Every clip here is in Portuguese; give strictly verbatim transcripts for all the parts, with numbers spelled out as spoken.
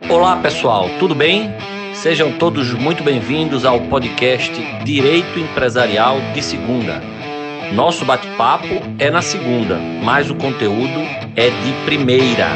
Olá pessoal, tudo bem? Sejam todos muito bem-vindos ao podcast Direito Empresarial de Segunda. Nosso bate-papo é na segunda, mas o conteúdo é de primeira.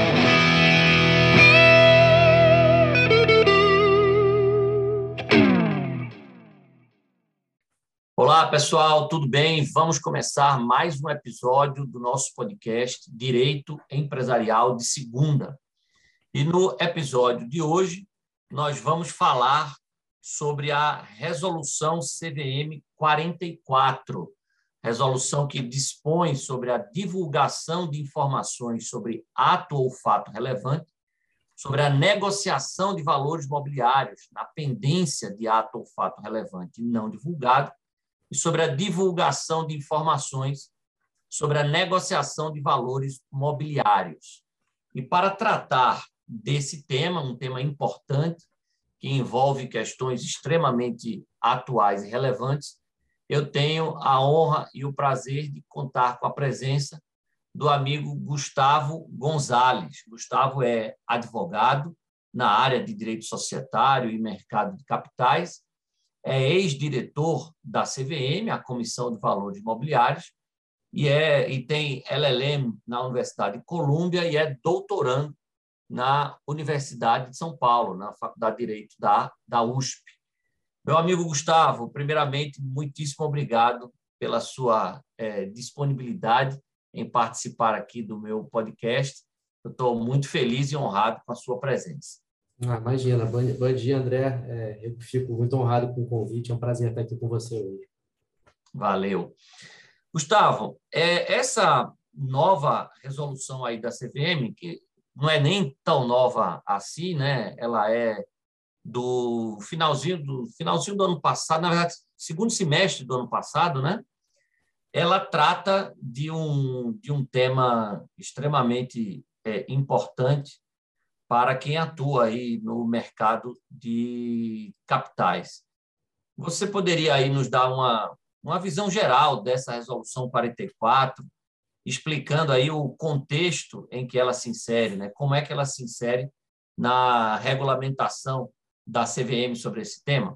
Olá pessoal, tudo bem? Vamos começar mais um episódio do nosso podcast Direito Empresarial de Segunda. E no episódio de hoje, nós vamos falar sobre a Resolução C V M quarenta e quatro, resolução que dispõe sobre a divulgação de informações sobre ato ou fato relevante, sobre a negociação de valores mobiliários na pendência de ato ou fato relevante não divulgado, e sobre a divulgação de informações sobre a negociação de valores mobiliários. E para tratar desse tema, um tema importante, que envolve questões extremamente atuais e relevantes, eu tenho a honra e o prazer de contar com a presença do amigo Gustavo Gonzalez. Gustavo é advogado na área de direito societário e mercado de capitais, é ex-diretor da C V M, a Comissão de Valores Mobiliários, e, é, e tem L L M na Universidade de Colômbia e é doutorando na Universidade de São Paulo, na Faculdade de Direito da, da U S P. Meu amigo Gustavo, primeiramente, muitíssimo obrigado pela sua é, disponibilidade em participar aqui do meu podcast. Eu estou muito feliz e honrado com a sua presença. Ah, imagina. Bom, bom dia, André. É, eu fico muito honrado com o convite. É um prazer estar aqui com você hoje. Valeu. Gustavo, é, essa nova resolução aí da C V M, que não é nem tão nova assim, né? Ela é do finalzinho do, finalzinho do ano passado, na verdade, segundo semestre do ano passado, né? Ela trata de um, de um tema extremamente é, importante para quem atua aí no mercado de capitais. Você poderia aí nos dar uma, uma visão geral dessa resolução quarenta e quatro, explicando aí o contexto em que ela se insere, né? Como é que ela se insere na regulamentação da C V M sobre esse tema?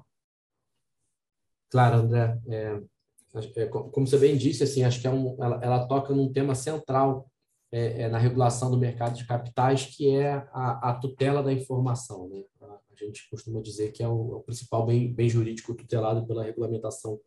Claro, André. É, é, como você bem disse, assim, acho que é um, ela, ela toca num tema central é, é, na regulação do mercado de capitais, que é a, a tutela da informação, né? A, a gente costuma dizer que é o, é o principal bem, bem jurídico tutelado pela regulamentação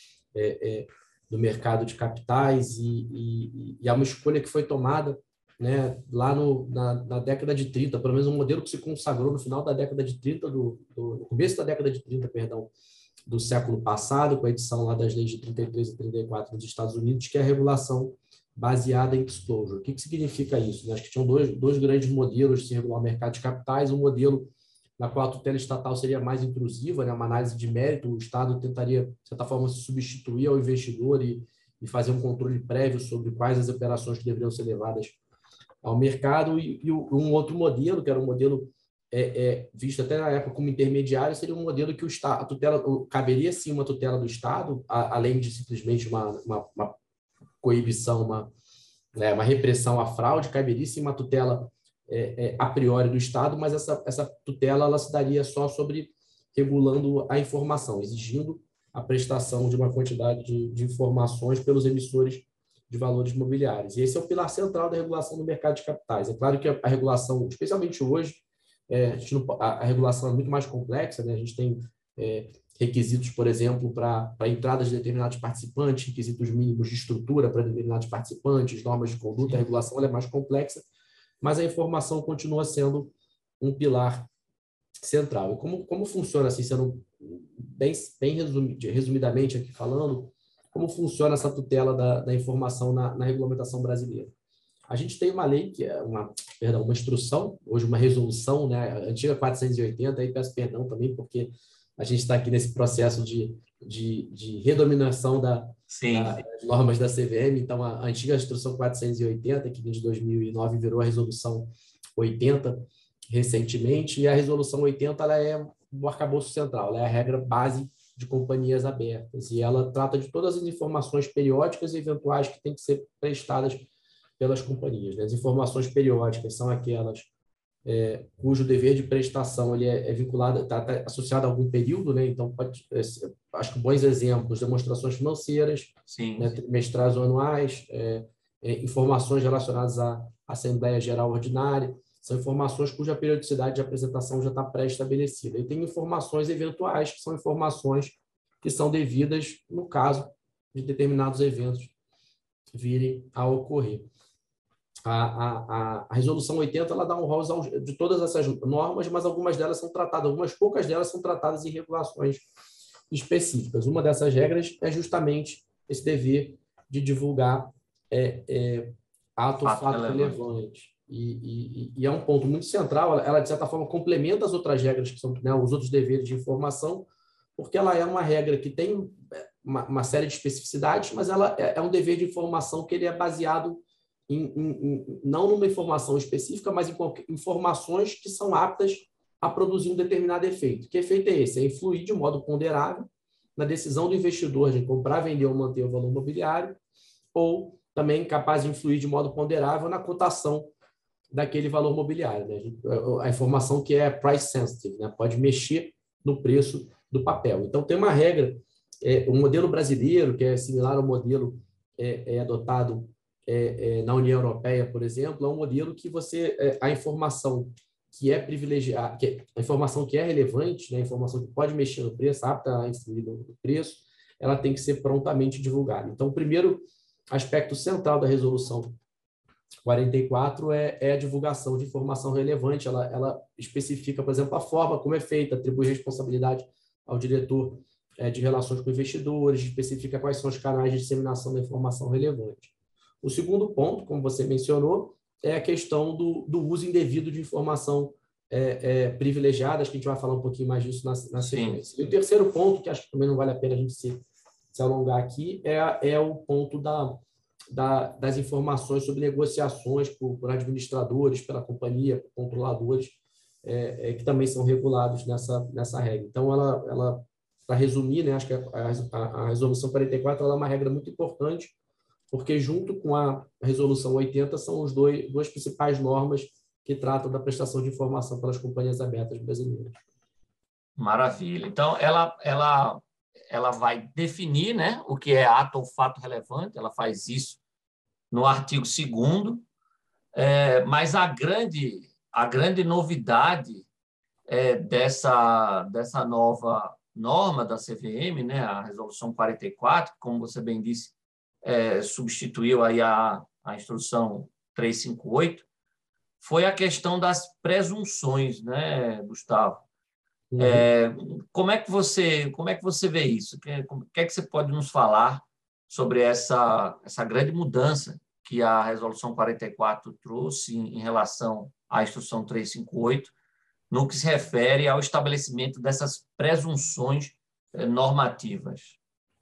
é, é, do mercado de capitais e, e, e é uma escolha que foi tomada, né, lá no, na, na década de trinta, pelo menos um modelo que se consagrou no final da década de trinta, do, do, no começo da década de trinta, perdão, do século passado, com a edição lá das leis de trinta e três e trinta e quatro dos Estados Unidos, que é a regulação baseada em disclosure. O que, que significa isso? Acho que tinham dois, dois grandes modelos de se regular o mercado de capitais, um modelo na qual a tutela estatal seria mais intrusiva, né, uma análise de mérito, o Estado tentaria, de certa forma, se substituir ao investidor e, e fazer um controle prévio sobre quais as operações que deveriam ser levadas ao mercado, e, e um outro modelo, que era um modelo é, é, visto até na época como intermediário, seria um modelo que o Estado, a tutela, caberia sim uma tutela do Estado, a, além de simplesmente uma, uma, uma coibição, uma, né, uma repressão à fraude, caberia sim uma tutela é, é, a priori do Estado, mas essa, essa tutela ela se daria só sobre regulando a informação, exigindo a prestação de uma quantidade de, de informações pelos emissores de valores mobiliários. E esse é o pilar central da regulação do mercado de capitais. É claro que a, a regulação, especialmente hoje, é, a, gente não, a, a regulação é muito mais complexa, né? A gente tem é, requisitos, por exemplo, para a entrada de determinados participantes, requisitos mínimos de estrutura para determinados participantes, normas de conduta, a regulação ela é mais complexa, mas a informação continua sendo um pilar central. E como, como funciona, assim, sendo bem, bem resumidamente aqui falando, como funciona essa tutela da, da informação na, na regulamentação brasileira? A gente tem uma lei, que é uma, perdão, uma instrução, hoje uma resolução, né, a antiga quatrocentos e oitenta, aí peço perdão também, porque a gente está aqui nesse processo de, de, de redominação da, da, das normas da C V M, então a, a antiga instrução quatrocentos e oitenta, que de dois mil e nove virou a resolução oitenta recentemente, e a resolução oitenta ela é o arcabouço central, ela é a regra base de companhias abertas, e ela trata de todas as informações periódicas e eventuais que têm que ser prestadas pelas companhias, né? As informações periódicas são aquelas é, cujo dever de prestação ele é, é vinculado, está tá associado a algum período, né? Então, pode, é, acho que bons exemplos, demonstrações financeiras, Sim, né, sim. trimestrais ou anuais, é, é, informações relacionadas à Assembleia Geral Ordinária, são informações cuja periodicidade de apresentação já está pré-estabelecida. E tem informações eventuais, que são informações que são devidas no caso de determinados eventos virem a ocorrer. A, a, a resolução oitenta ela dá um rol de todas essas normas, mas algumas delas são tratadas, algumas poucas delas são tratadas em regulações específicas. Uma dessas regras é justamente esse dever de divulgar é, é, ato ou Fato fato relevante. relevante. E, e, e é um ponto muito central, ela, ela, de certa forma, complementa as outras regras, que são, né, os outros deveres de informação, porque ela é uma regra que tem uma, uma série de especificidades, mas ela é, é um dever de informação que ele é baseado Em, em, em, não numa informação específica, mas em qualquer, informações que são aptas a produzir um determinado efeito. Que efeito é esse? É influir de modo ponderável na decisão do investidor de comprar, vender ou manter o valor imobiliário, ou também capaz de influir de modo ponderável na cotação daquele valor imobiliário. Né? A informação que é price sensitive, né? Pode mexer no preço do papel. Então, tem uma regra, é, o modelo brasileiro, que é similar ao modelo é, é adotado é, é, na União Europeia, por exemplo, é um modelo que você, é, a informação que é privilegiada, que é, a informação que é relevante, né, a informação que pode mexer no preço, apta a influir no preço, ela tem que ser prontamente divulgada. Então, o primeiro aspecto central da resolução quarenta e quatro é, é a divulgação de informação relevante. Ela, ela especifica, por exemplo, a forma como é feita, atribui responsabilidade ao diretor é, de relações com investidores, especifica quais são os canais de disseminação da informação relevante. O segundo ponto, como você mencionou, é a questão do, do uso indevido de informação é, é, privilegiada. Acho que a gente vai falar um pouquinho mais disso na, na sequência. E o terceiro ponto, que acho que também não vale a pena a gente se, se alongar aqui, é, é o ponto da, da, das informações sobre negociações por, por administradores, pela companhia, por controladores, é, é, que também são regulados nessa, nessa regra. Então, ela, ela para resumir, né, acho que a, a, a resolução quarenta e quatro ela é uma regra muito importante, porque junto com a resolução oitenta são os dois, duas principais normas que tratam da prestação de informação pelas companhias abertas brasileiras. Maravilha. Então, ela, ela, ela vai definir, né, o que é ato ou fato relevante, ela faz isso no artigo segundo, é, mas a grande, a grande novidade é, dessa, dessa nova norma da C V M, né, a resolução quarenta e quatro, como você bem disse, é, substituiu aí a, a instrução trezentos e cinquenta e oito, foi a questão das presunções, né, Gustavo? Uhum. É, como é que você, como é que você vê isso? O que, que é que você pode nos falar sobre essa, essa grande mudança que a resolução quarenta e quatro trouxe em, em relação à instrução trezentos e cinquenta e oito, no que se refere ao estabelecimento dessas presunções eh, normativas?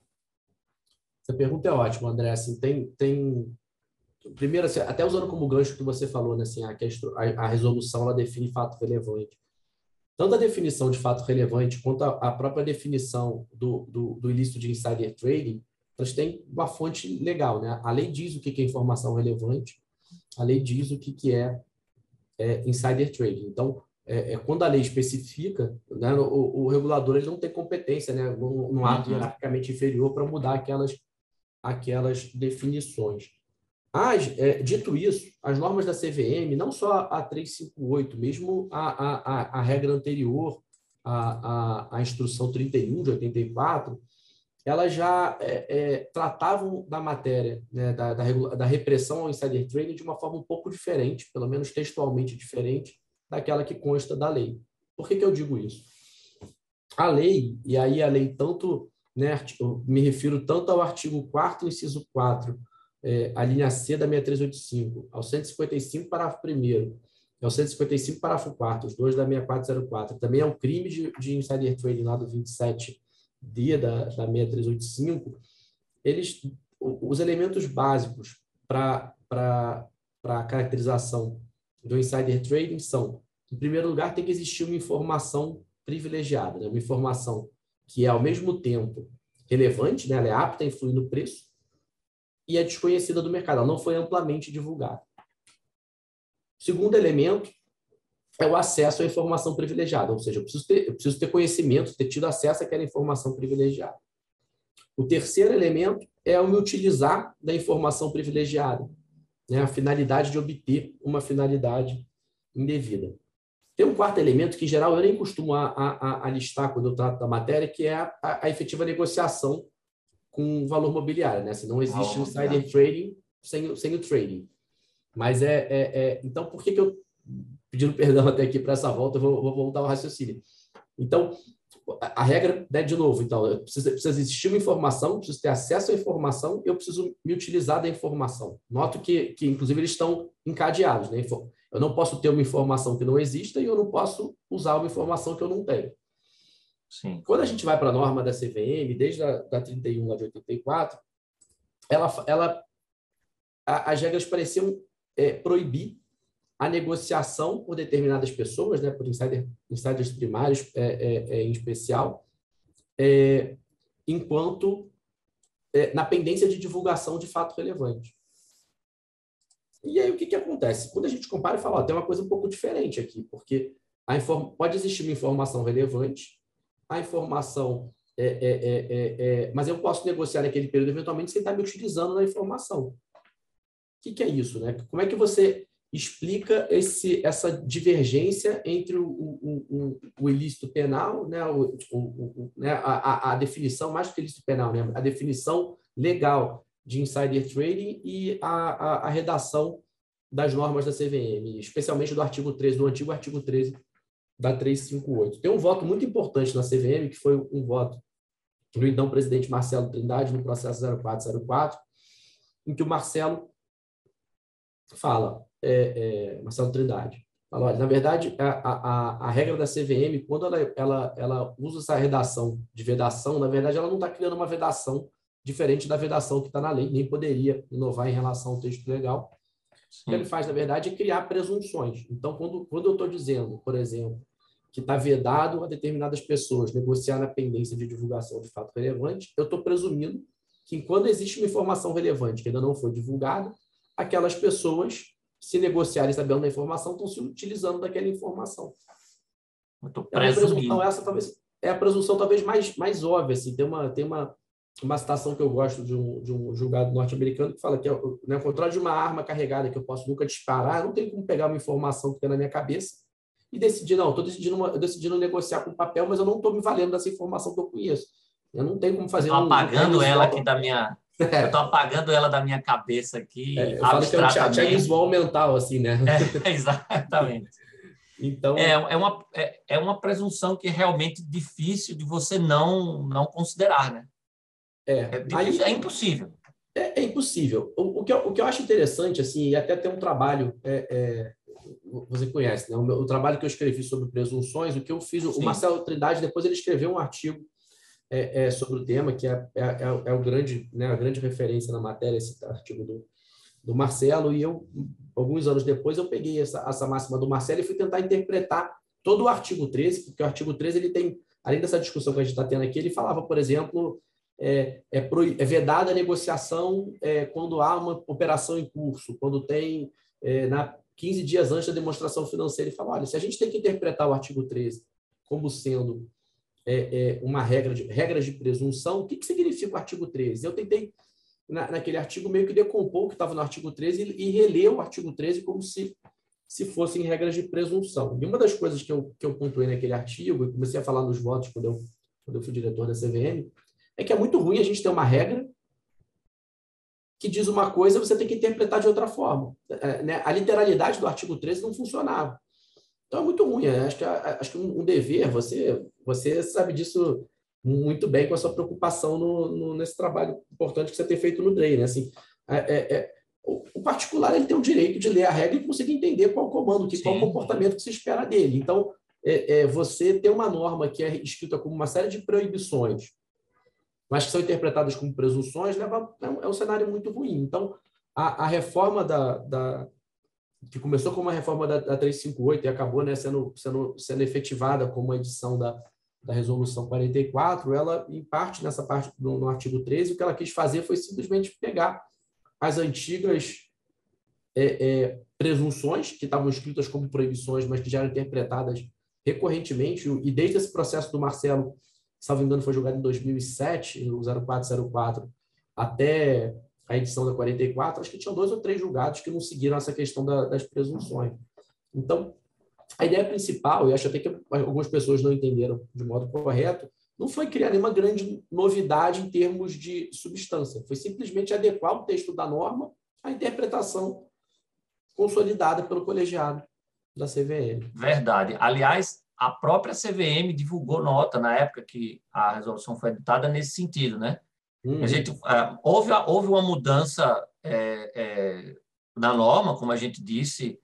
Essa pergunta é ótima, André. Assim, tem, tem... Primeiro, assim, até usando como gancho que você falou, né, assim, a, questão, a, a resolução ela define fato relevante. Tanto a definição de fato relevante quanto a, a própria definição do, do, do ilícito de insider trading, elas têm uma fonte legal. Né? A lei diz o que é informação relevante, a lei diz o que é, é insider trading. Então, é, é, quando a lei especifica, né, o, o regulador ele não tem competência, né, num, num ato Uhum. hierarquicamente inferior para mudar aquelas, aquelas definições. As, é, dito isso, as normas da C V M, não só a trezentos e cinquenta e oito, mesmo a, a, a regra anterior, a, a, a instrução trinta e um de oitenta e quatro, elas já é, é, tratavam da matéria, né, da, da, da repressão ao insider trading de uma forma um pouco diferente, pelo menos textualmente diferente, daquela que consta da lei. Por que, que eu digo isso? A lei, e aí a lei tanto, né, me refiro tanto ao artigo quarto, inciso quatro, é, a linha C da seis trezentos e oitenta e cinco, ao cento e cinquenta e cinco, parágrafo primeiro, ao cento e cinquenta e cinco, parágrafo quarto, os dois da sessenta e quatro zero quatro. Também é um crime de, de insider trading lá do vinte e sete D da, da seis trezentos e oitenta e cinco. Eles, os elementos básicos para a caracterização do insider trading são, em primeiro lugar, tem que existir uma informação privilegiada, né? Uma informação que é, ao mesmo tempo, relevante, né? Ela é apta a influir no preço, e é desconhecida do mercado, ela não foi amplamente divulgada. Segundo elemento, é o acesso à informação privilegiada, ou seja, eu preciso ter, eu preciso ter conhecimento, ter tido acesso àquela informação privilegiada. O terceiro elemento é o me utilizar da informação privilegiada, né? A finalidade de obter uma finalidade indevida. Tem um quarto elemento que, em geral, eu nem costumo a, a, a listar quando eu trato da matéria, que é a, a efetiva negociação com valor mobiliário, né? Se não existe insider trading sem, sem o trading. Mas é, é, é... Então, por que que eu... Pedindo perdão até aqui para essa volta, eu vou, vou voltar ao raciocínio. Então, a, a regra, né, de novo, então, precisa, precisa existir uma informação, preciso ter acesso à informação, eu preciso me utilizar da informação. Noto que, que inclusive, eles estão encadeados, né? Eu não posso ter uma informação que não exista e eu não posso usar uma informação que eu não tenho. Sim. Quando a gente vai para a norma da C V M, desde a da trinta e um lá de oitenta e quatro, ela, ela, a, as regras pareciam é, proibir a negociação por determinadas pessoas, né, por insider, insiders primários é, é, é, em especial, é, enquanto é, na pendência de divulgação de fato relevante. E aí o que, que acontece? Quando a gente compara e fala, ó, tem uma coisa um pouco diferente aqui, porque a inform... pode existir uma informação relevante, a informação é, é, é, é, é... mas eu posso negociar naquele período eventualmente sem estar me utilizando da informação. O que, que é isso, né? Como é que você explica esse, essa divergência entre o, o, o, o ilícito penal, né? O, o, o, né? A, a definição, mais que ilícito penal, né? A definição legal de insider trading e a, a, a redação das normas da C V M, especialmente do artigo treze, do antigo artigo treze da trezentos e cinquenta e oito. Tem um voto muito importante na C V M, que foi um voto do então presidente Marcelo Trindade, no processo zero quatro zero quatro, em que o Marcelo fala, é, é, Marcelo Trindade, fala, olha, na verdade, a, a, a regra da C V M, quando ela, ela, ela usa essa redação de vedação, na verdade, ela não está criando uma vedação diferente da vedação que está na lei, nem poderia inovar em relação ao texto legal. Sim. O que ele faz, na verdade, é criar presunções. Então, quando, quando eu estou dizendo, por exemplo, que está vedado a determinadas pessoas negociar na pendência de divulgação de fato relevante, eu estou presumindo que, quando existe uma informação relevante que ainda não foi divulgada, aquelas pessoas, se negociarem sabendo da informação, estão se utilizando daquela informação. Eu estou é uma presunção, essa talvez é a presunção talvez mais, mais óbvia. Assim. Tem, uma, tem uma, uma citação que eu gosto de um, de um julgado norte-americano que fala que, né, ao contrário de uma arma carregada que eu posso nunca disparar, eu não tenho como pegar uma informação que tem na minha cabeça e decidir, não, estou decidindo, uma, decidindo negociar com papel, mas eu não estou me valendo dessa informação que eu conheço. Eu não tenho como fazer... Estou um, apagando um ela aqui da minha... Eu estou apagando ela da minha cabeça aqui, é, eu falo que é um Chinese wall mental, assim, né? É, exatamente. Então... É, é, uma, é, é uma presunção que é realmente difícil de você não, não considerar, né? É, é, difícil, aí, é impossível. É, é impossível. O, o, que eu, o que eu acho interessante, assim, e até tem um trabalho, é, é, você conhece, né? O, meu, o trabalho que eu escrevi sobre presunções, o que eu fiz, Sim. o Marcelo Trindade, depois ele escreveu um artigo é, é, sobre o tema, que é, é, é o grande, né, a grande referência na matéria, esse artigo do, do Marcelo, e eu, alguns anos depois, eu peguei essa, essa máxima do Marcelo e fui tentar interpretar todo o artigo treze, porque o artigo treze, ele tem, além dessa discussão que a gente está tendo aqui, ele falava, por exemplo... É, é, pro, é vedada a negociação é, quando há uma operação em curso, quando tem é, na, quinze dias antes da demonstração financeira, e fala, olha, se a gente tem que interpretar o artigo treze como sendo é, é, uma regra de, regras de presunção, o que, que significa o artigo treze? Eu tentei, na, naquele artigo, meio que decompor o que estava no artigo treze e, e reler o artigo treze como se, se fossem regras de presunção. E uma das coisas que eu, que eu pontuei naquele artigo, e comecei a falar nos votos quando eu, quando eu fui diretor da C V M, é que é muito ruim a gente ter uma regra que diz uma coisa e você tem que interpretar de outra forma. É, né? A literalidade do artigo treze não funcionava. Então, é muito ruim. Acho que, acho que um dever, você, você sabe disso muito bem com a sua preocupação no, no, nesse trabalho importante que você tem feito no D R E I. Né? Assim, é, é, o, o particular ele tem o direito de ler a regra e conseguir entender qual comando, que, qual comportamento que se espera dele. Então, é, é, você ter uma norma que é escrita como uma série de proibições, mas que são interpretadas como presunções, leva, é um cenário muito ruim. Então, a, a reforma da, da... que começou como uma reforma da, da trezentos e cinquenta e oito e acabou, né, sendo, sendo, sendo efetivada como uma edição da, da Resolução quarenta e quatro, ela, em parte, nessa parte, no, no artigo treze, o que ela quis fazer foi simplesmente pegar as antigas é, é, presunções que estavam escritas como proibições, mas que já eram interpretadas recorrentemente, e desde esse processo do Marcelo, salvo engano, foi julgado em dois mil e sete, o zero quatro zero quatro, até a edição da quarenta e quatro, acho que tinham dois ou três julgados que não seguiram essa questão da, das presunções. Então, a ideia principal, e acho até que algumas pessoas não entenderam de modo correto, não foi criar nenhuma grande novidade em termos de substância, foi simplesmente adequar o texto da norma à interpretação consolidada pelo colegiado da C V M. Verdade. Aliás, a própria C V M divulgou nota na época que a resolução foi editada nesse sentido, né? Uhum. A gente, é, houve, houve uma mudança é, é, na norma, como a gente disse,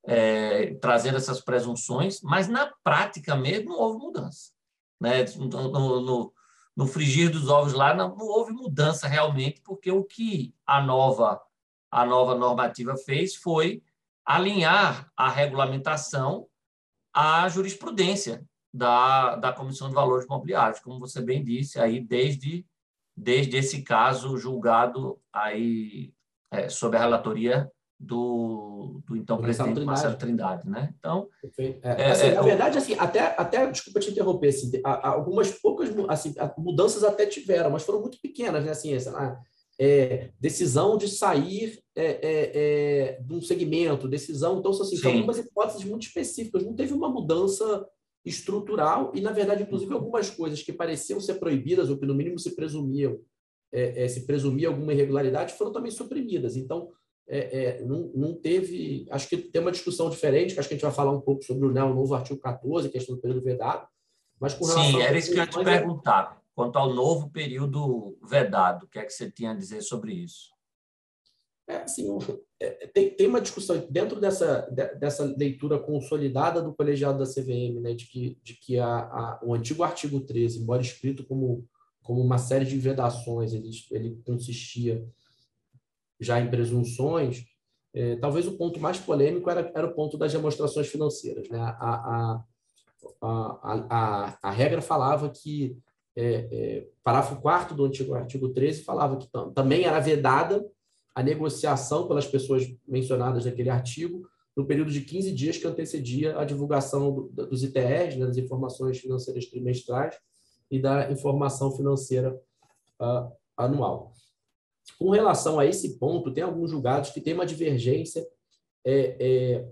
é, trazendo essas presunções, mas na prática mesmo não houve mudança. Né? No, no, no frigir dos ovos lá não, não houve mudança realmente, porque o que a nova, a nova normativa fez foi alinhar a regulamentação à jurisprudência da, da Comissão de Valores Mobiliários, como você bem disse, aí desde, desde esse caso julgado aí, é, sob a relatoria do, do então do presidente Trindade. Marcelo Trindade. Né? Então, é, assim, é, na verdade, assim, até, até, desculpa te interromper, assim, algumas poucas assim, mudanças até tiveram, mas foram muito pequenas, né? Assim, essa, É, decisão de sair é, é, é, de um segmento, decisão... Então, assim, são algumas hipóteses muito específicas. Não teve uma mudança estrutural e, na verdade, inclusive, algumas coisas que pareciam ser proibidas ou que, no mínimo, se presumiam, é, é, se presumia alguma irregularidade, foram também suprimidas. Então, é, é, não, não teve... Acho que tem uma discussão diferente, que acho que a gente vai falar um pouco sobre o, né, o novo artigo quatorze, questão do período vedado, mas com relação... Sim, era isso que eu ia te perguntar. Quanto ao novo período vedado, o que é que você tinha a dizer sobre isso? É, assim, é, tem, tem uma discussão dentro dessa, dessa leitura consolidada do colegiado da C V M, né, de que, de que a, a, o antigo artigo treze, embora escrito como, como uma série de vedações, ele, ele consistia já em presunções, é, talvez o ponto mais polêmico era, era o ponto das demonstrações financeiras. Né? A, a, a, a, a regra falava que É, é, parágrafo quarto do antigo artigo treze falava que também era vedada a negociação pelas pessoas mencionadas naquele artigo no período de quinze dias que antecedia a divulgação do, dos I T Es, né, das informações financeiras trimestrais e da informação financeira uh, anual. Com relação a esse ponto, tem alguns julgados que têm uma divergência é, é,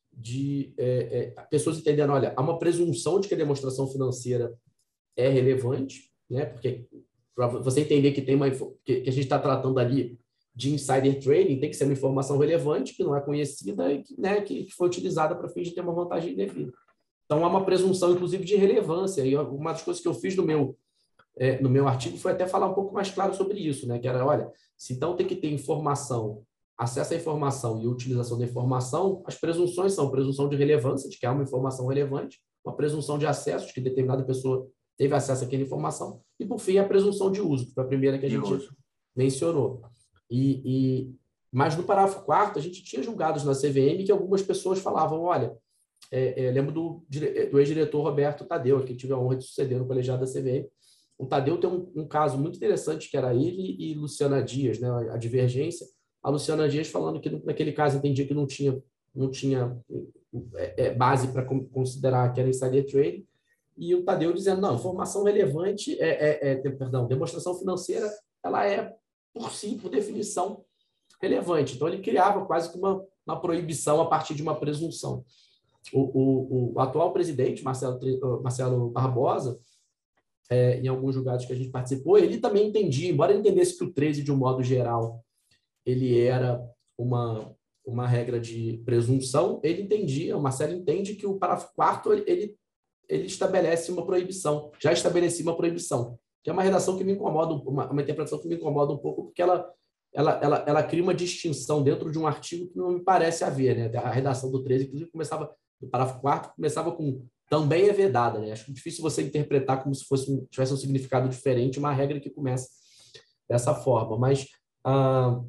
de é, é, pessoas entendendo, olha, há uma presunção de que a demonstração financeira é relevante, né? Porque para você entender que tem uma que, que a gente está tratando ali de insider trading, tem que ser uma informação relevante que não é conhecida e que, né, que, que foi utilizada para fins de ter uma vantagem indevida. Então há uma presunção, inclusive, de relevância. E uma das coisas que eu fiz no meu é, no meu artigo foi até falar um pouco mais claro sobre isso, né? Que era, olha, se então tem que ter informação, acesso à informação e utilização da informação, as presunções são presunção de relevância, de que há uma informação relevante, uma presunção de acesso, de que determinada pessoa teve acesso àquela informação, e, por fim, a presunção de uso, que foi a primeira que a gente uso. mencionou. E, e, mas, no parágrafo quarto, a gente tinha julgados na C V M que algumas pessoas falavam, olha, é, é, lembro do, do ex-diretor Roberto Tadeu, que tive a honra de suceder no colegiado da C V M. O Tadeu tem um, um caso muito interessante, que era ele e Luciana Dias, né, a divergência. A Luciana Dias falando que, naquele caso, entendia que não tinha, não tinha é, base para considerar que era insider trading, e o Tadeu dizendo, não, informação relevante, é, é, é, perdão, demonstração financeira, ela é, por si, por definição, relevante. Então, ele criava quase que uma, uma proibição a partir de uma presunção. O, o, o atual presidente, Marcelo, Marcelo Barbosa, é, em alguns julgados que a gente participou, ele também entendia, embora ele entendesse que o treze, de um modo geral, ele era uma, uma regra de presunção, ele entendia, o Marcelo entende que o parágrafo quarto, ele, ele ele estabelece uma proibição, já estabelecia uma proibição, que é uma redação que me incomoda, uma, uma interpretação que me incomoda um pouco, porque ela, ela, ela, ela cria uma distinção dentro de um artigo que não me parece haver, né? A redação do treze, inclusive, começava, do parágrafo quarto, começava com também é vedada, né? Acho difícil você interpretar como se fosse, tivesse um significado diferente, uma regra que começa dessa forma, mas ah,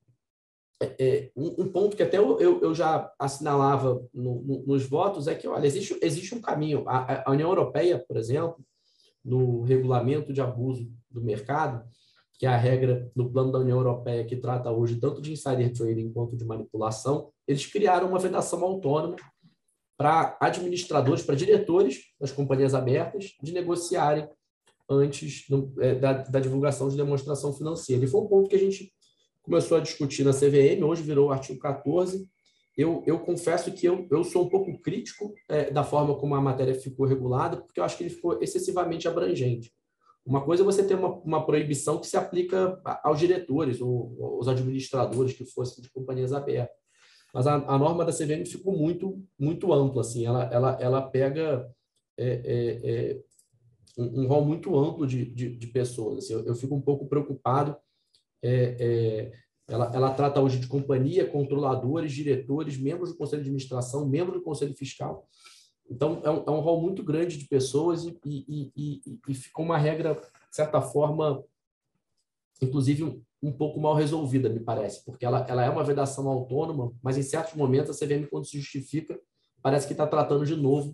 É, um, um ponto que até eu, eu, eu já assinalava no, no, nos votos é que, olha, existe, existe um caminho. A, a União Europeia, por exemplo, no regulamento de abuso do mercado, que é a regra no plano da União Europeia, que trata hoje tanto de insider trading quanto de manipulação, eles criaram uma vedação autônoma para administradores, para diretores das companhias abertas, de negociarem antes do, é, da, da divulgação de demonstração financeira. E foi um ponto que a gente começou a discutir na C V M, hoje virou o artigo quatorze. Eu, eu confesso que eu, eu sou um pouco crítico é, da forma como a matéria ficou regulada, porque eu acho que ele ficou excessivamente abrangente. Uma coisa é você ter uma, uma proibição que se aplica aos diretores ou aos administradores que fossem de companhias abertas. Mas a, a norma da C V M ficou muito, muito ampla. Assim, ela, ela, ela pega é, é, é, um, um rol muito amplo de, de, de pessoas. Assim, eu, eu fico um pouco preocupado. É, é, ela, ela trata hoje de companhia, controladores, diretores, membros do Conselho de Administração, membros do Conselho Fiscal. Então, é um, é um rol muito grande de pessoas e, e, e, e, e ficou uma regra, de certa forma, inclusive um, um pouco mal resolvida, me parece, porque ela, ela é uma vedação autônoma, mas em certos momentos a C V M, quando se justifica, parece que está tratando de novo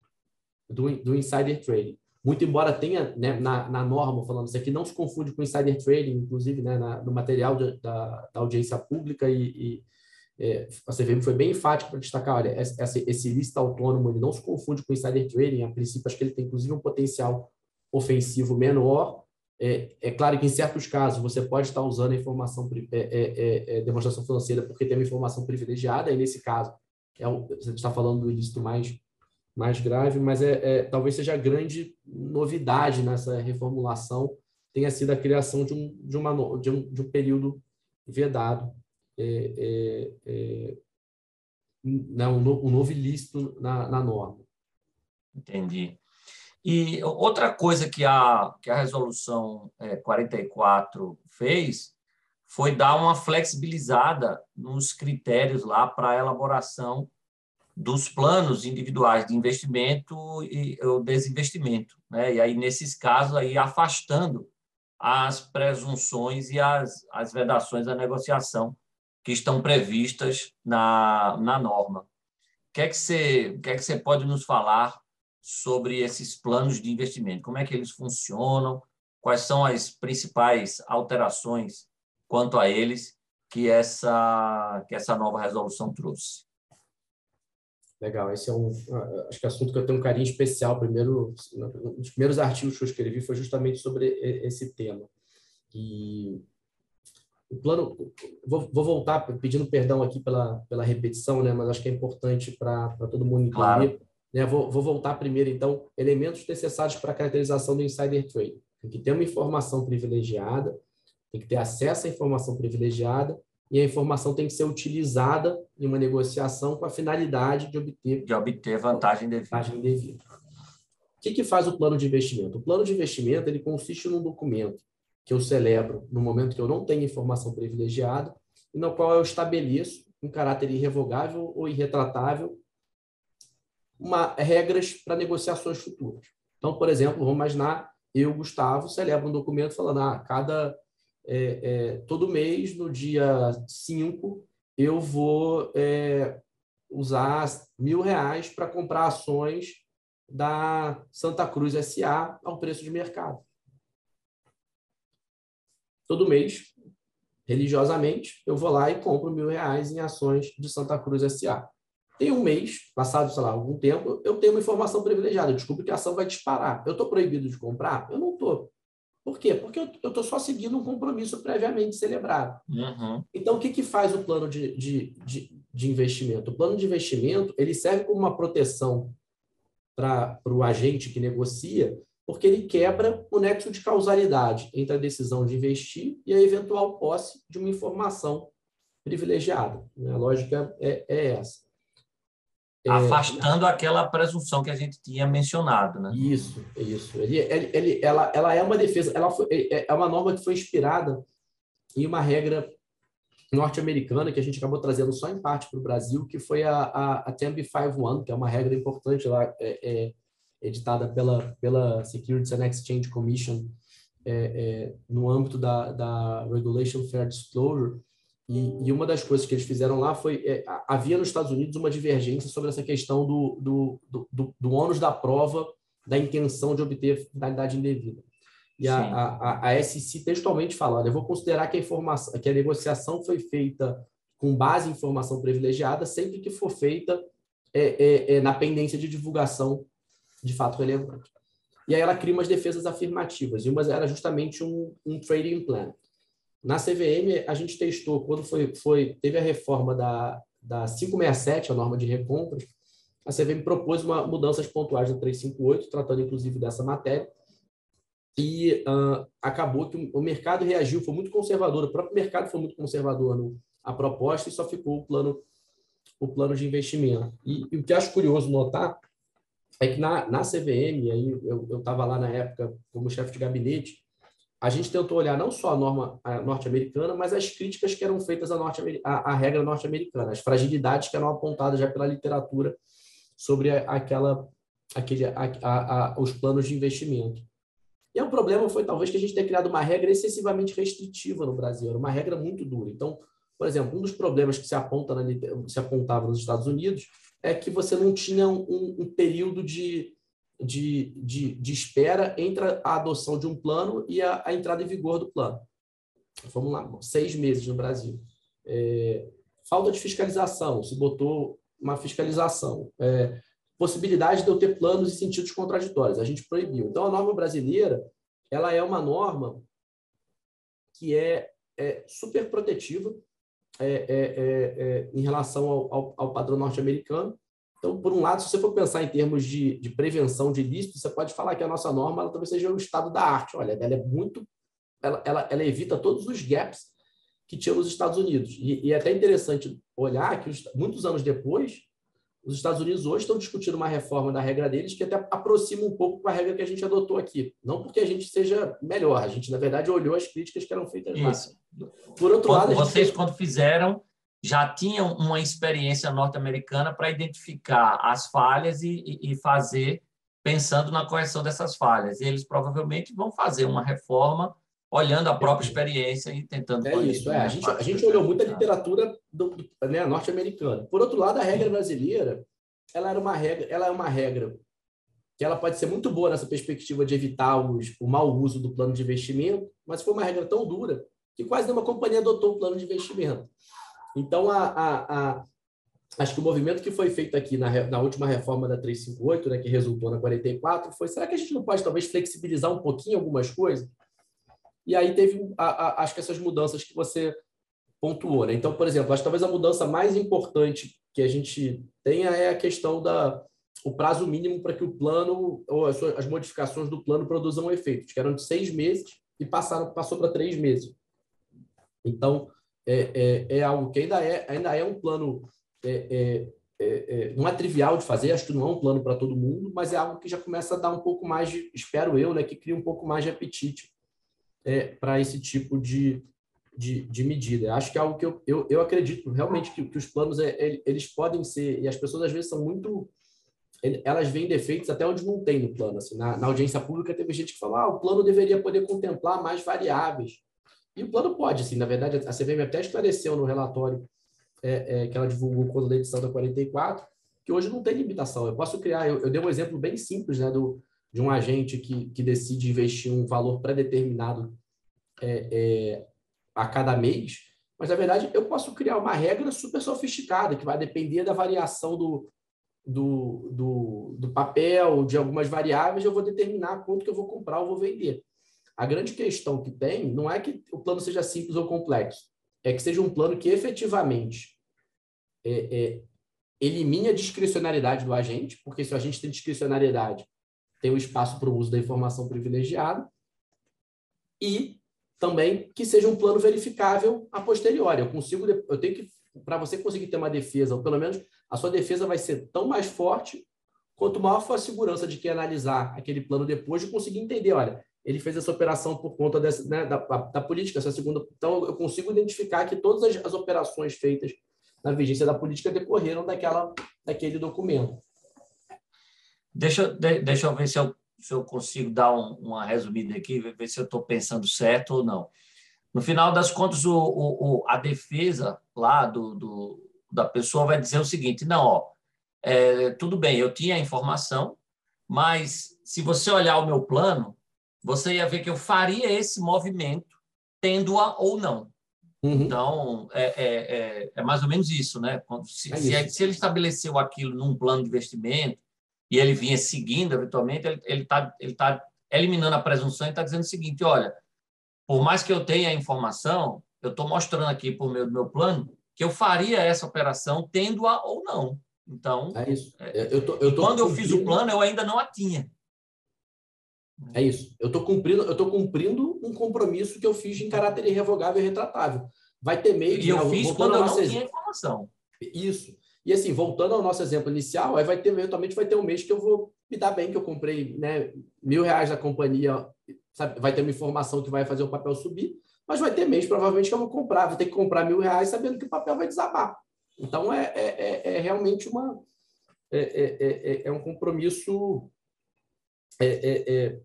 do, do insider trading. Muito embora tenha, né, na, na norma, falando isso aqui, não se confunde com insider trading, inclusive, né, na, no material de, da, da audiência pública, e, e é, a C V M foi bem enfática para destacar, olha, esse, esse ilícito autônomo ele não se confunde com insider trading, a princípio acho que ele tem, inclusive, um potencial ofensivo menor. É, é claro que, em certos casos, você pode estar usando a informação, é, é, é, demonstração financeira porque tem uma informação privilegiada, e, nesse caso, é o, você está falando do ilícito mais, mais grave, mas é, é, talvez seja a grande novidade nessa reformulação, tenha sido a criação de um, de uma, de um, de um período vedado, é, é, é, não, um novo ilícito na, na norma. Entendi. E outra coisa que a, que a resolução quarenta e quatro fez foi dar uma flexibilizada nos critérios lá para a elaboração dos planos individuais de investimento e o desinvestimento, né? E aí, nesses casos, aí, afastando as presunções e as, as vedações da negociação que estão previstas na, na norma. O que é que você, o que é que você pode nos falar sobre esses planos de investimento? Como é que eles funcionam? Quais são as principais alterações quanto a eles que essa, que essa nova resolução trouxe? Legal, esse é um, acho que é um assunto que eu tenho um carinho especial. Primeiro, um dos primeiros artigos que eu escrevi foi justamente sobre esse tema. E o plano, vou, vou voltar pedindo perdão aqui pela, pela repetição, né, mas acho que é importante para todo mundo entender. Claro. Né, vou, vou voltar primeiro, então, elementos necessários para a caracterização do insider trading. Tem que ter uma informação privilegiada, tem que ter acesso à informação privilegiada, e a informação tem que ser utilizada em uma negociação com a finalidade de obter, de obter vantagem devida. Vantagem devida. O que, que faz o plano de investimento? O plano de investimento ele consiste num documento que eu celebro no momento que eu não tenho informação privilegiada e no qual eu estabeleço, em caráter irrevogável ou irretratável, uma, regras para negociações futuras. Então, por exemplo, vamos imaginar, eu, Gustavo, celebro um documento falando, ah, cada... É, é, todo mês, no dia cinco, eu vou é, usar mil reais para comprar ações da Santa Cruz S A ao preço de mercado. Todo mês, religiosamente, eu vou lá e compro mil reais em ações de Santa Cruz S A. Tem um mês, passado, sei lá, algum tempo, eu tenho uma informação privilegiada, eu descubro que a ação vai disparar. Eu estou proibido de comprar? Eu não estou. Por quê? Porque eu estou só seguindo um compromisso previamente celebrado. Uhum. Então, o que, que faz o plano de, de, de, de investimento? O plano de investimento ele serve como uma proteção para o agente que negocia, porque ele quebra o nexo de causalidade entre a decisão de investir e a eventual posse de uma informação privilegiada. A lógica é, é essa. Afastando é, aquela presunção que a gente tinha mencionado, né? Isso, isso. Ele, ele, ele, ela, ela é uma defesa, ela foi, é uma norma que foi inspirada em uma regra norte-americana que a gente acabou trazendo só em parte para o Brasil, que foi a, a, a T E M B cinquenta e um, que é uma regra importante lá, é, é, editada pela, pela Securities and Exchange Commission é, é, no âmbito da, da Regulation Fair Disclosure. E, e uma das coisas que eles fizeram lá foi... É, havia nos Estados Unidos uma divergência sobre essa questão do, do, do, do, do ônus da prova da intenção de obter finalidade indevida. E a, a, a S E C textualmente fala, olha, eu vou considerar que a, informação, que a negociação foi feita com base em informação privilegiada sempre que for feita é, é, é, na pendência de divulgação de fato relevante. E aí ela cria umas defesas afirmativas, e uma era justamente um, um trading plan. Na C V M, a gente testou, quando foi, foi, teve a reforma da, da quinhentos e sessenta e sete, a norma de recompras, a C V M propôs uma mudanças pontuais da trezentos e cinquenta e oito, tratando inclusive dessa matéria, e uh, acabou que o mercado reagiu, foi muito conservador, o próprio mercado foi muito conservador no, a proposta e só ficou o plano, o plano de investimento. E, e o que eu acho curioso notar é que na, na C V M, aí eu estava lá na época como chefe de gabinete, a gente tentou olhar não só a norma norte-americana, mas as críticas que eram feitas à, norte à, à regra norte-americana, as fragilidades que eram apontadas já pela literatura sobre a, aquela, aquele, a, a, a, os planos de investimento. E o problema foi talvez que a gente tenha criado uma regra excessivamente restritiva no Brasil, era uma regra muito dura. Então, por exemplo, um dos problemas que se, aponta na, se apontava nos Estados Unidos é que você não tinha um, um período de, de, de, de espera entre a adoção de um plano e a, a entrada em vigor do plano. Vamos lá, seis meses no Brasil. É, falta de fiscalização, se botou uma fiscalização. É, possibilidade de eu ter planos e sentidos contraditórios, a gente proibiu. Então, a norma brasileira ela é uma norma que é, é super protetiva, É, é, é, em relação ao, ao, ao padrão norte-americano. Então, por um lado, se você for pensar em termos de, de prevenção de ilícito, você pode falar que a nossa norma ela talvez seja o estado da arte. Olha, ela é muito, ela, ela, ela evita todos os gaps que tinha nos Estados Unidos. E, e é até interessante olhar que os, muitos anos depois, os Estados Unidos hoje estão discutindo uma reforma da regra deles que até aproxima um pouco com a regra que a gente adotou aqui. Não porque a gente seja melhor, a gente, na verdade, olhou as críticas que eram feitas lá. Isso. Por outro quando, lado, a gente vocês, tem... quando fizeram, já tinham uma experiência norte-americana para identificar as falhas e, e, e fazer, pensando na correção dessas falhas. E eles provavelmente vão fazer uma reforma olhando a própria experiência e tentando É corrigir. isso, é. A gente, a gente olhou muito a literatura do, do, né, norte-americana. Por outro lado, a regra brasileira, ela era uma regra, ela é uma regra que ela pode ser muito boa nessa perspectiva de evitar os, o mau uso do plano de investimento, mas foi uma regra tão dura que quase nenhuma companhia adotou o plano de investimento. Então, a, a, a, acho que o movimento que foi feito aqui na, na última reforma da trezentos e cinquenta e oito, né, que resultou na quarenta e quatro, foi, será que a gente não pode talvez flexibilizar um pouquinho algumas coisas? E aí teve, a, a, acho que essas mudanças que você pontuou, né? Então, por exemplo, acho que talvez a mudança mais importante que a gente tenha é a questão da o prazo mínimo para que o plano ou as, as modificações do plano produzam efeitos, que eram de seis meses e passaram, passou para três meses. Então, é, é, é algo que ainda é, ainda é um plano, é, é, é, não é trivial de fazer, acho que não é um plano para todo mundo, mas é algo que já começa a dar um pouco mais de, espero eu, né, que cria um pouco mais de apetite é, para esse tipo de, de, de medida. Acho que é algo que eu, eu, eu acredito realmente que, que os planos, é, eles podem ser, e as pessoas às vezes são muito, elas veem defeitos até onde não tem no plano. Assim, na, na audiência pública teve gente que falou, ah, o plano deveria poder contemplar mais variáveis. E o plano pode, assim, na verdade, a C V M até esclareceu no relatório é, é, que ela divulgou quando a edição da quarenta e quatro, que hoje não tem limitação. Eu posso criar, eu, eu dei um exemplo bem simples, né, do, de um agente que, que decide investir um valor pré-determinado é, é, a cada mês, mas, na verdade, eu posso criar uma regra super sofisticada, que vai depender da variação do, do, do, do papel, de algumas variáveis, eu vou determinar quanto que eu vou comprar ou vou vender. A grande questão que tem não é que o plano seja simples ou complexo, é que seja um plano que efetivamente é, é, elimine a discricionariedade do agente, porque se o agente tem discricionariedade, tem o espaço para o uso da informação privilegiada, e também que seja um plano verificável a posteriori. Eu consigo, eu tenho que, para você conseguir ter uma defesa, ou pelo menos a sua defesa vai ser tão mais forte quanto maior for a segurança de quem analisar aquele plano depois de conseguir entender, olha, ele fez essa operação por conta dessa, né, da, da política, essa segunda. Então, eu consigo identificar que todas as, as operações feitas na vigência da política decorreram daquela, daquele documento. Deixa, de, deixa eu ver se eu, se eu consigo dar um, uma resumida aqui, ver se eu estou pensando certo ou não. No final das contas, o, o, a defesa lá do, do, da pessoa vai dizer o seguinte, não, ó, é, tudo bem, eu tinha a informação, mas se você olhar o meu plano, você ia ver que eu faria esse movimento, tendo-a ou não. Uhum. Então, é, é, é, é mais ou menos isso, né? Quando, se, É se, isso. se ele estabeleceu aquilo num plano de investimento e ele vinha seguindo, eventualmente, ele está ele tá eliminando a presunção e está dizendo o seguinte, olha, por mais que eu tenha a informação, eu estou mostrando aqui por meio do meu plano que eu faria essa operação tendo-a ou não. Então, É isso. é, Eu tô, eu e tô quando eu fiz o cumprindo... plano, eu ainda não a tinha. É isso. Eu estou cumprindo, eu tô cumprindo um compromisso que eu fiz em caráter irrevogável e retratável. Vai ter mês, E né? eu fiz Voltando quando ao eu nosso não tinha exemplo. informação. Isso. E assim, voltando ao nosso exemplo inicial, aí vai ter, eventualmente, vai ter um mês que eu vou me dar bem, que eu comprei, né, mil reais da companhia, sabe? Vai ter uma informação que vai fazer o papel subir, mas vai ter mês, provavelmente, que eu vou comprar, vou ter que comprar mil reais sabendo que o papel vai desabar. Então, é, é, é, é realmente uma... É, é, é, é um compromisso... É, é, é,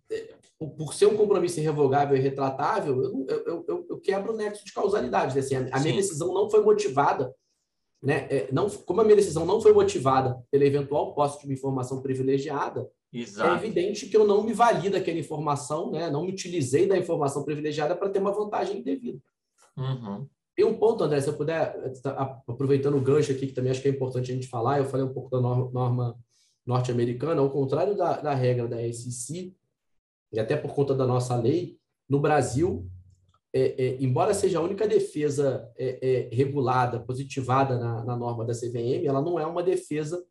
por ser um compromisso irrevogável e retratável, eu, eu, eu, eu quebro o nexo de causalidade. Assim, a, a minha decisão não foi motivada, né? É, não, como a minha decisão não foi motivada pela eventual posse de uma informação privilegiada, Exato. é evidente que eu não me vali daquela informação, né? Não me utilizei da informação privilegiada para ter uma vantagem indevida. Uhum. Tem um ponto, André, se eu puder, aproveitando o gancho aqui, que também acho que é importante a gente falar, eu falei um pouco da norma, norma norte-americana, ao contrário da, da regra da S E C, e até por conta da nossa lei, no Brasil, é, é, embora seja a única defesa é, é, regulada, positivada na, na norma da C V M, ela não é uma defesa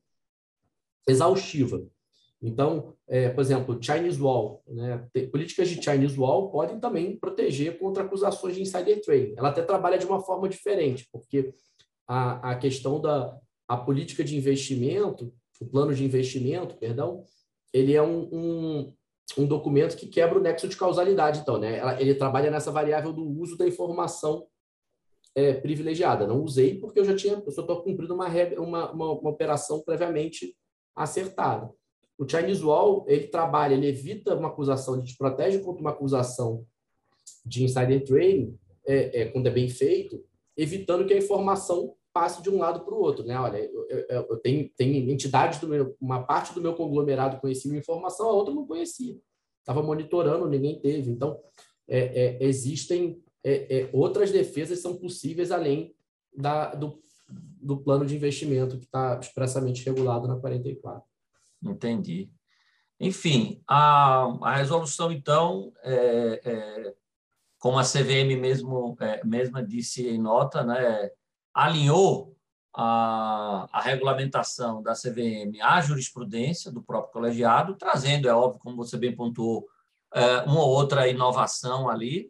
exaustiva. Então, é, por exemplo, Chinese Wall, né? Políticas de Chinese Wall podem também proteger contra acusações de insider trading. Ela até trabalha de uma forma diferente, porque a, a questão da a política de investimento, o plano de investimento, perdão, ele é um, um um documento que quebra o nexo de causalidade, então, né? Ele trabalha nessa variável do uso da informação é, privilegiada. Não usei porque eu já tinha, eu só estou cumprindo uma, regra, uma, uma, uma operação previamente acertada. O Chinese Wall, ele trabalha, ele evita uma acusação, ele te protege contra uma acusação de insider trading, é, é, quando é bem feito, evitando que a informação passe de um lado para o outro, né? Olha, eu, eu, eu tenho, tenho entidades do meu, uma parte do meu conglomerado conhecia uma informação, a outra não conhecia. Estava monitorando, ninguém teve. Então, é, é, existem é, é, outras defesas são possíveis além da, do, do plano de investimento que está expressamente regulado na quarenta e quatro. Entendi. Enfim, a, a resolução, então, é, é, como a C V M mesmo, é, mesma disse em nota, né, alinhou a, a regulamentação da C V M à jurisprudência do próprio colegiado, trazendo, é óbvio, como você bem pontuou, é, uma ou outra inovação ali.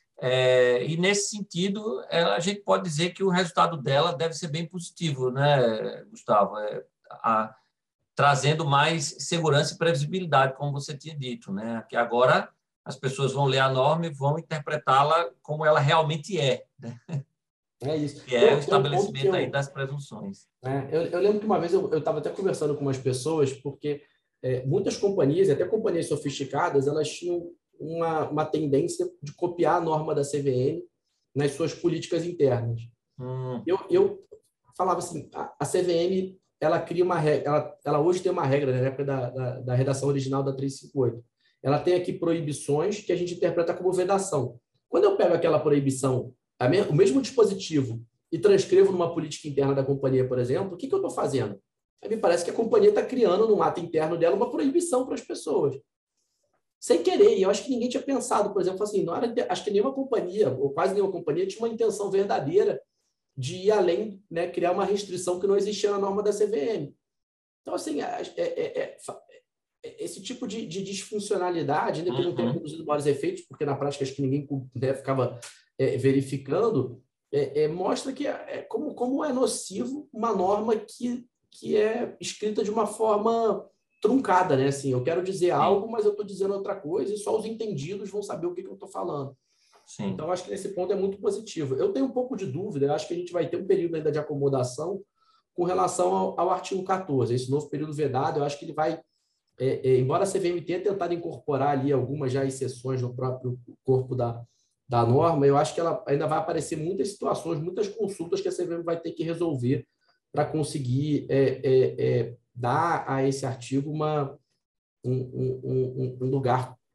É, e, nesse sentido, ela, a gente pode dizer que o resultado dela deve ser bem positivo, né, Gustavo? É, a, trazendo mais segurança e previsibilidade, como você tinha dito, né? Que agora as pessoas vão ler a norma e vão interpretá-la como ela realmente é, né? É isso. Que é o Tem, tem um ponto que estabelecimento aí eu, das presunções. é, eu, eu lembro que uma vez eu estava até conversando com umas pessoas, porque é, muitas companhias, e até companhias sofisticadas, elas tinham uma, uma tendência de copiar a norma da C V M nas suas políticas internas. Hum. Eu, eu falava assim, a, a C V M, ela cria uma regra, ela, ela hoje tem uma regra, né, na época da, da, da redação original da trezentos e cinquenta e oito. Ela tem aqui proibições que a gente interpreta como vedação. Quando eu pego aquela proibição, a me, o mesmo dispositivo, e transcrevo numa política interna da companhia, por exemplo, o que, que eu estou fazendo? Aí me parece que a companhia está criando, num ato interno dela, uma proibição para as pessoas. Sem querer. E eu acho que ninguém tinha pensado, por exemplo, assim, não era, acho que nenhuma companhia, ou quase nenhuma companhia, tinha uma intenção verdadeira de ir além, né, criar uma restrição que não existia na norma da C V M. Então, assim, é, é, é, é, esse tipo de, de disfuncionalidade, ainda que não tenha produzido maiores efeitos, porque na prática acho que ninguém, né, ficava é, verificando, é, é, mostra que é, como, como é nocivo uma norma que, que é escrita de uma forma truncada, né? Assim, eu quero dizer algo, mas eu estou dizendo outra coisa e só os entendidos vão saber o que, que eu estou falando. Sim. Então, acho que nesse ponto é muito positivo. Eu tenho um pouco de dúvida, eu acho que a gente vai ter um período ainda de acomodação com relação ao, ao artigo quatorze, esse novo período vedado, eu acho que ele vai, é, é, embora a C V M tenha tentado incorporar ali algumas já exceções no próprio corpo da, da norma, eu acho que ela ainda vai aparecer muitas situações, muitas consultas que a C V M vai ter que resolver para conseguir é, é, é, dar a esse artigo uma, um, um, um, um lugar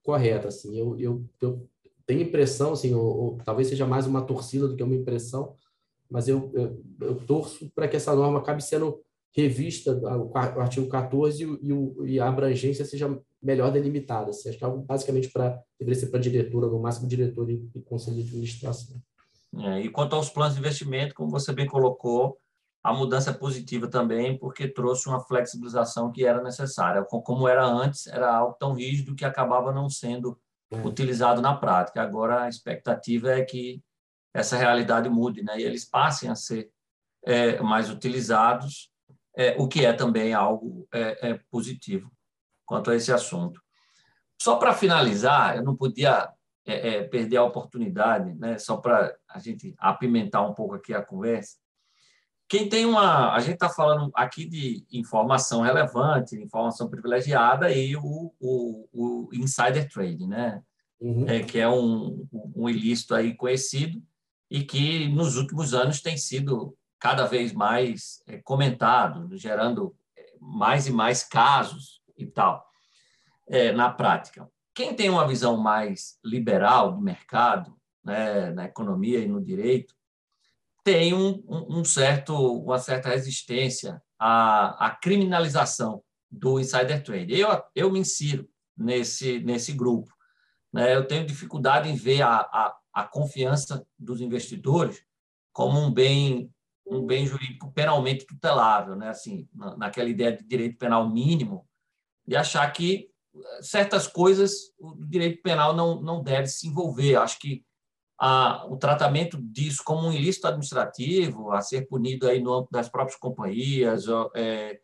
correta. Assim. Eu, eu, eu tenho impressão, assim, ou, ou, talvez seja mais uma torcida do que uma impressão, mas eu, eu, eu torço para que essa norma acabe sendo revista, o artigo quatorze, e, o, e a abrangência seja melhor delimitada. Assim. Acho que é algo basicamente para deveria ser para diretora, no máximo diretor e, e conselho de administração. É, e quanto aos planos de investimento, como você bem colocou, a mudança é positiva também, porque trouxe uma flexibilização que era necessária. Como era antes, era algo tão rígido que acabava não sendo é. utilizado na prática. Agora, a expectativa é que essa realidade mude, né? E eles passem a ser é, mais utilizados, é, o que é também algo é, é positivo quanto a esse assunto. Só para finalizar, eu não podia é, é, perder a oportunidade, né? Só para a gente apimentar um pouco aqui a conversa. Quem tem uma... A gente está falando aqui de informação relevante, informação privilegiada e o, o, o insider trading, né? Uhum. É, que é um, um ilícito aí conhecido e que, nos últimos anos, tem sido cada vez mais é, comentado, gerando mais e mais casos e tal, é, na prática. Quem tem uma visão mais liberal do mercado, né, na economia e no direito, tem um, um certo, uma certa resistência à, à criminalização do insider trading. Eu, eu me insiro nesse, nesse grupo. Né? Eu tenho dificuldade em ver a, a, a confiança dos investidores como um bem, um bem jurídico penalmente tutelável, né? Assim, na, naquela ideia de direito penal mínimo, de achar que certas coisas o direito penal não, não deve se envolver. Acho que a, o tratamento disso como um ilícito administrativo, a ser punido aí no âmbito das próprias companhias, é,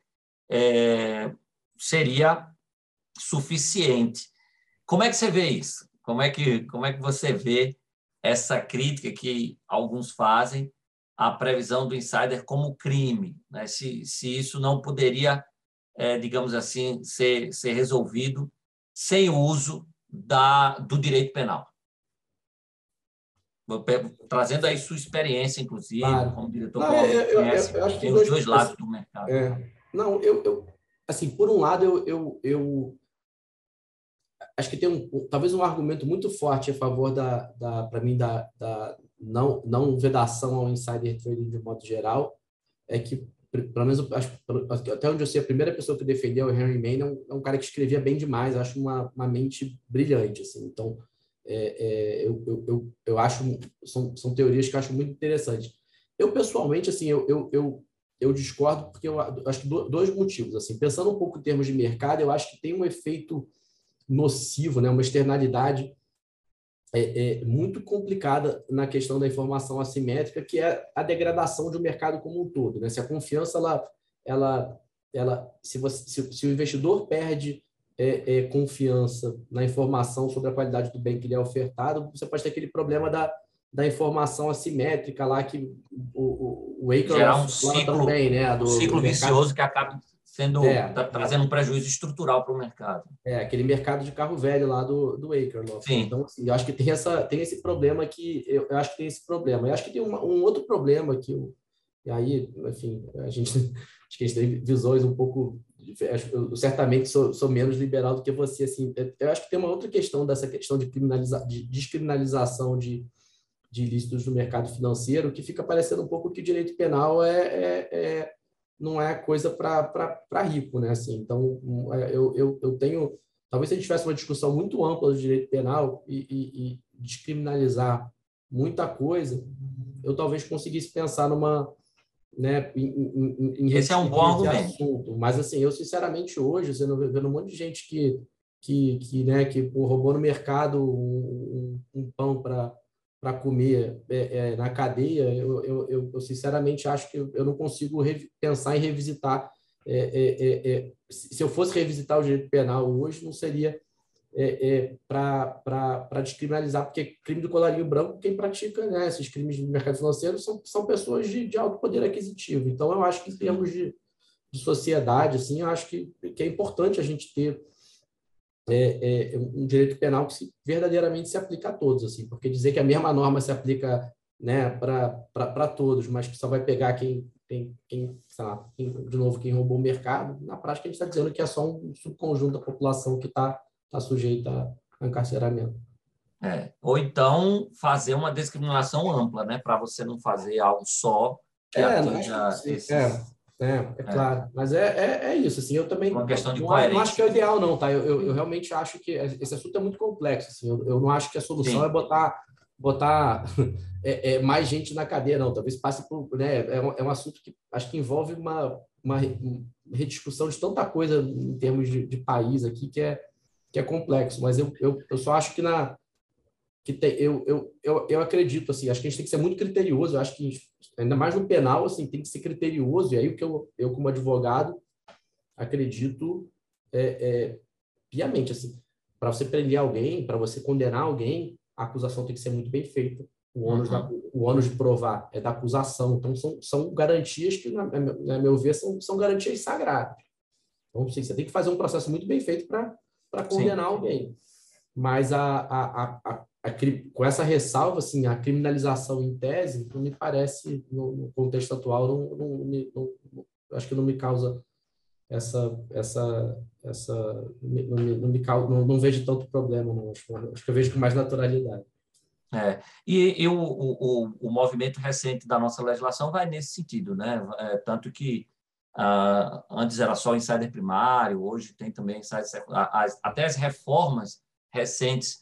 é, seria suficiente. Como é que você vê isso? Como é que, como é que você vê essa crítica que alguns fazem à previsão do insider como crime? Né? Se, se isso não poderia, é, digamos assim, ser, ser resolvido sem o uso da, do direito penal? Trazendo aí sua experiência, inclusive, claro. Como diretor, não, como alguém eu, que conhece, eu, eu acho tem que os dois, dois lados assim, do mercado. É, não, eu, eu, assim, por um lado, eu, eu, eu acho que tem um, talvez um argumento muito forte a favor da, da para mim, da, da não, não vedação ao insider trading de modo geral, é que, pelo menos, acho, até onde eu sei, a primeira pessoa que defendeu, o Henry Maine, é um, é um cara que escrevia bem demais, acho uma, uma mente brilhante, assim, então, é, é, eu, eu, eu, eu acho, são, são teorias que eu acho muito interessantes. Eu, pessoalmente, assim, eu, eu, eu, eu discordo porque eu acho que dois motivos, assim, pensando um pouco em termos de mercado, eu acho que tem um efeito nocivo, né, uma externalidade é, é, muito complicada na questão da informação assimétrica, que é a degradação de um mercado como um todo. Né? Se a confiança, ela, ela, ela, se, você, se, se o investidor perde é, é, confiança na informação sobre a qualidade do bem que lhe é ofertado, você pode ter aquele problema da, da informação assimétrica lá que o, o, o Gerar um fala ciclo, também, né? Do, um ciclo vicioso que acaba sendo é, tá trazendo um prejuízo estrutural para o mercado. É, aquele mercado de carro velho lá do, do Akerlof. Sim. Então, assim, eu acho que tem, essa, tem esse problema que eu, eu acho que tem esse problema. Eu acho que tem uma, um outro problema que eu, e aí, enfim, a gente acho que a gente tem visões um pouco. Eu, eu certamente sou, sou menos liberal do que você. Assim, eu acho que tem uma outra questão dessa questão de, criminaliza, de descriminalização de, de ilícitos no mercado financeiro, que fica parecendo um pouco que o direito penal é, é, é não é coisa para rico, né? Assim, então, eu, eu, eu tenho... Talvez se a gente tivesse uma discussão muito ampla do direito penal e, e, e descriminalizar muita coisa, eu talvez conseguisse pensar numa... Né, em, em, em esse é um bom esse argumento. assunto. Mas, assim, eu, sinceramente, hoje, você não vendo um monte de gente que, que, que, né, que pô, roubou no mercado um, um, um pão para para comer é, é, na cadeia, eu, eu, eu, eu sinceramente acho que eu não consigo pensar em revisitar. É, é, é, se eu fosse revisitar o direito penal hoje, não seria é, é, para descriminalizar, porque crime do colarinho branco, quem pratica, né, esses crimes no mercado financeiro são, são pessoas de, de alto poder aquisitivo. Então, eu acho que, em termos de, de sociedade, assim, eu acho que, que é importante a gente ter É, é, um direito penal que se, verdadeiramente se aplica a todos, assim, porque dizer que a mesma norma se aplica, né, para todos, mas que só vai pegar quem, quem, quem, sei lá, quem, de novo, quem roubou o mercado, na prática a gente está dizendo que é só um subconjunto da população que está tá sujeita ao encarceramento. É. Ou então fazer uma discriminação ampla, né? Para você não fazer algo só que É, acho que atinja sim. É, esses... é, é claro. Mas é, é, é isso, assim, eu também Uma questão de não, a- não acho que coerência. é o ideal, não, tá? Eu, eu, eu realmente acho que esse assunto é muito complexo, assim, eu, eu não acho que a solução é Sim, botar, botar é, é, mais gente na cadeia, não. Talvez passe por, né? É um, é um assunto que acho que envolve uma, uma rediscussão de tanta coisa em termos de, de país aqui que é, que é complexo, mas eu, eu, eu só acho que na que tem, eu, eu, eu, eu acredito, assim, acho que a gente tem que ser muito criterioso, eu acho que, ainda mais no penal, assim, tem que ser criterioso, e aí o que eu, eu como advogado, acredito é, é, piamente, assim, para você prender alguém, para você condenar alguém, a acusação tem que ser muito bem feita, o ônus, da, uhum, o ônus de provar é da acusação, então são, são garantias que, na, na meu ver, são, são garantias sagradas. Então, assim, você tem que fazer um processo muito bem feito para sim. condenar alguém. Mas a, a, a, a, a, com essa ressalva, assim, a criminalização em tese, não me parece, no, no contexto atual, não, não, me- não, não- acho que não me causa essa, essa, essa não, me, não, me causa, não, não vejo tanto problema, não. Acho, acho que eu vejo com mais naturalidade. É. E, e o, o, o, o movimento recente da nossa legislação vai nesse sentido, né? É, tanto que ah, antes era só insider primário, hoje tem também insider secundário. As- Até as reformas recentes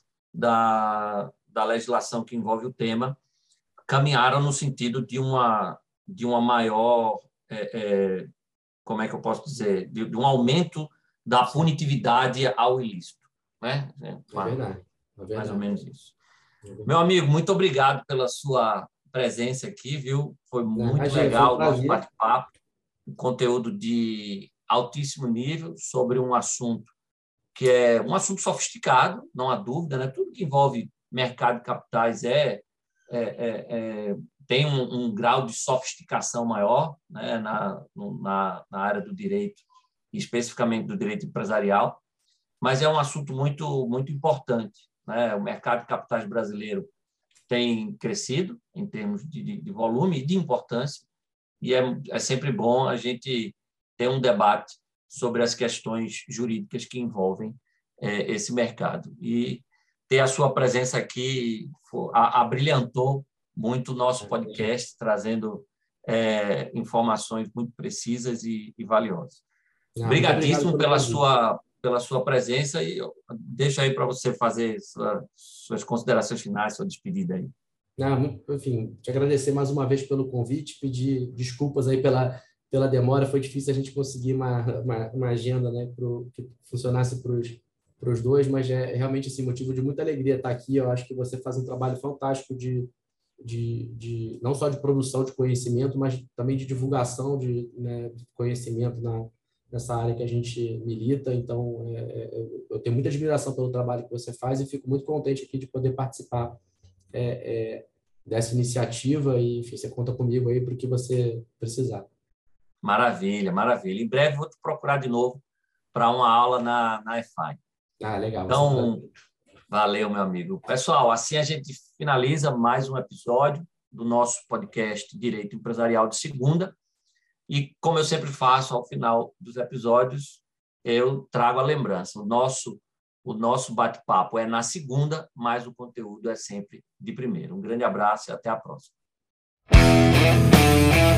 da, da legislação que envolve o tema caminharam no sentido de uma, de uma maior, é, é, como é que eu posso dizer, de, de um aumento da Sim, punitividade ao ilícito, né? É, é verdade, é mais ou verdade, menos isso. é Meu verdade. amigo, muito obrigado pela sua presença aqui, viu? Foi Não, muito imagina, foi um legal o nosso prazer. bate-papo, um conteúdo de altíssimo nível sobre um assunto que é um assunto sofisticado, não há dúvida, né? Tudo que envolve mercado de capitais é, é, é, é tem um, um grau de sofisticação maior, né? na, na, na área do direito, especificamente do direito empresarial, mas é um assunto muito, muito importante, né? O mercado de capitais brasileiro tem crescido em termos de, de volume e de importância, e é, é sempre bom a gente ter um debate sobre as questões jurídicas que envolvem é, esse mercado. E ter a sua presença aqui for, a, abrilhantou muito o nosso podcast, trazendo é, informações muito precisas e, e valiosas. Não, muito obrigado Obrigadíssimo pelo pela convite. sua, pela sua presença e eu deixo aí para você fazer sua, suas considerações finais, sua despedida aí. Não, enfim, te agradecer mais uma vez pelo convite, pedir desculpas aí pela, pela demora, foi difícil a gente conseguir uma, uma, uma agenda, né, pro, que funcionasse para os dois, mas é realmente assim, motivo de muita alegria estar aqui. Eu acho que você faz um trabalho fantástico de, de, de não só de produção de conhecimento, mas também de divulgação de, né, de conhecimento na, nessa área que a gente milita. Então, é, é, eu tenho muita admiração pelo trabalho que você faz e fico muito contente aqui de poder participar é, é, dessa iniciativa e, enfim, você conta comigo aí para o que você precisar. Maravilha, maravilha. Em breve vou te procurar de novo para uma aula na, na E F A I. Ah, legal, vai ser um Então, prazer. valeu, meu amigo. Pessoal, assim a gente finaliza mais um episódio do nosso podcast Direito Empresarial de Segunda. E, como eu sempre faço ao final dos episódios, eu trago a lembrança. O nosso, o nosso bate-papo é na segunda, mas o conteúdo é sempre de primeira. Um grande abraço e até a próxima.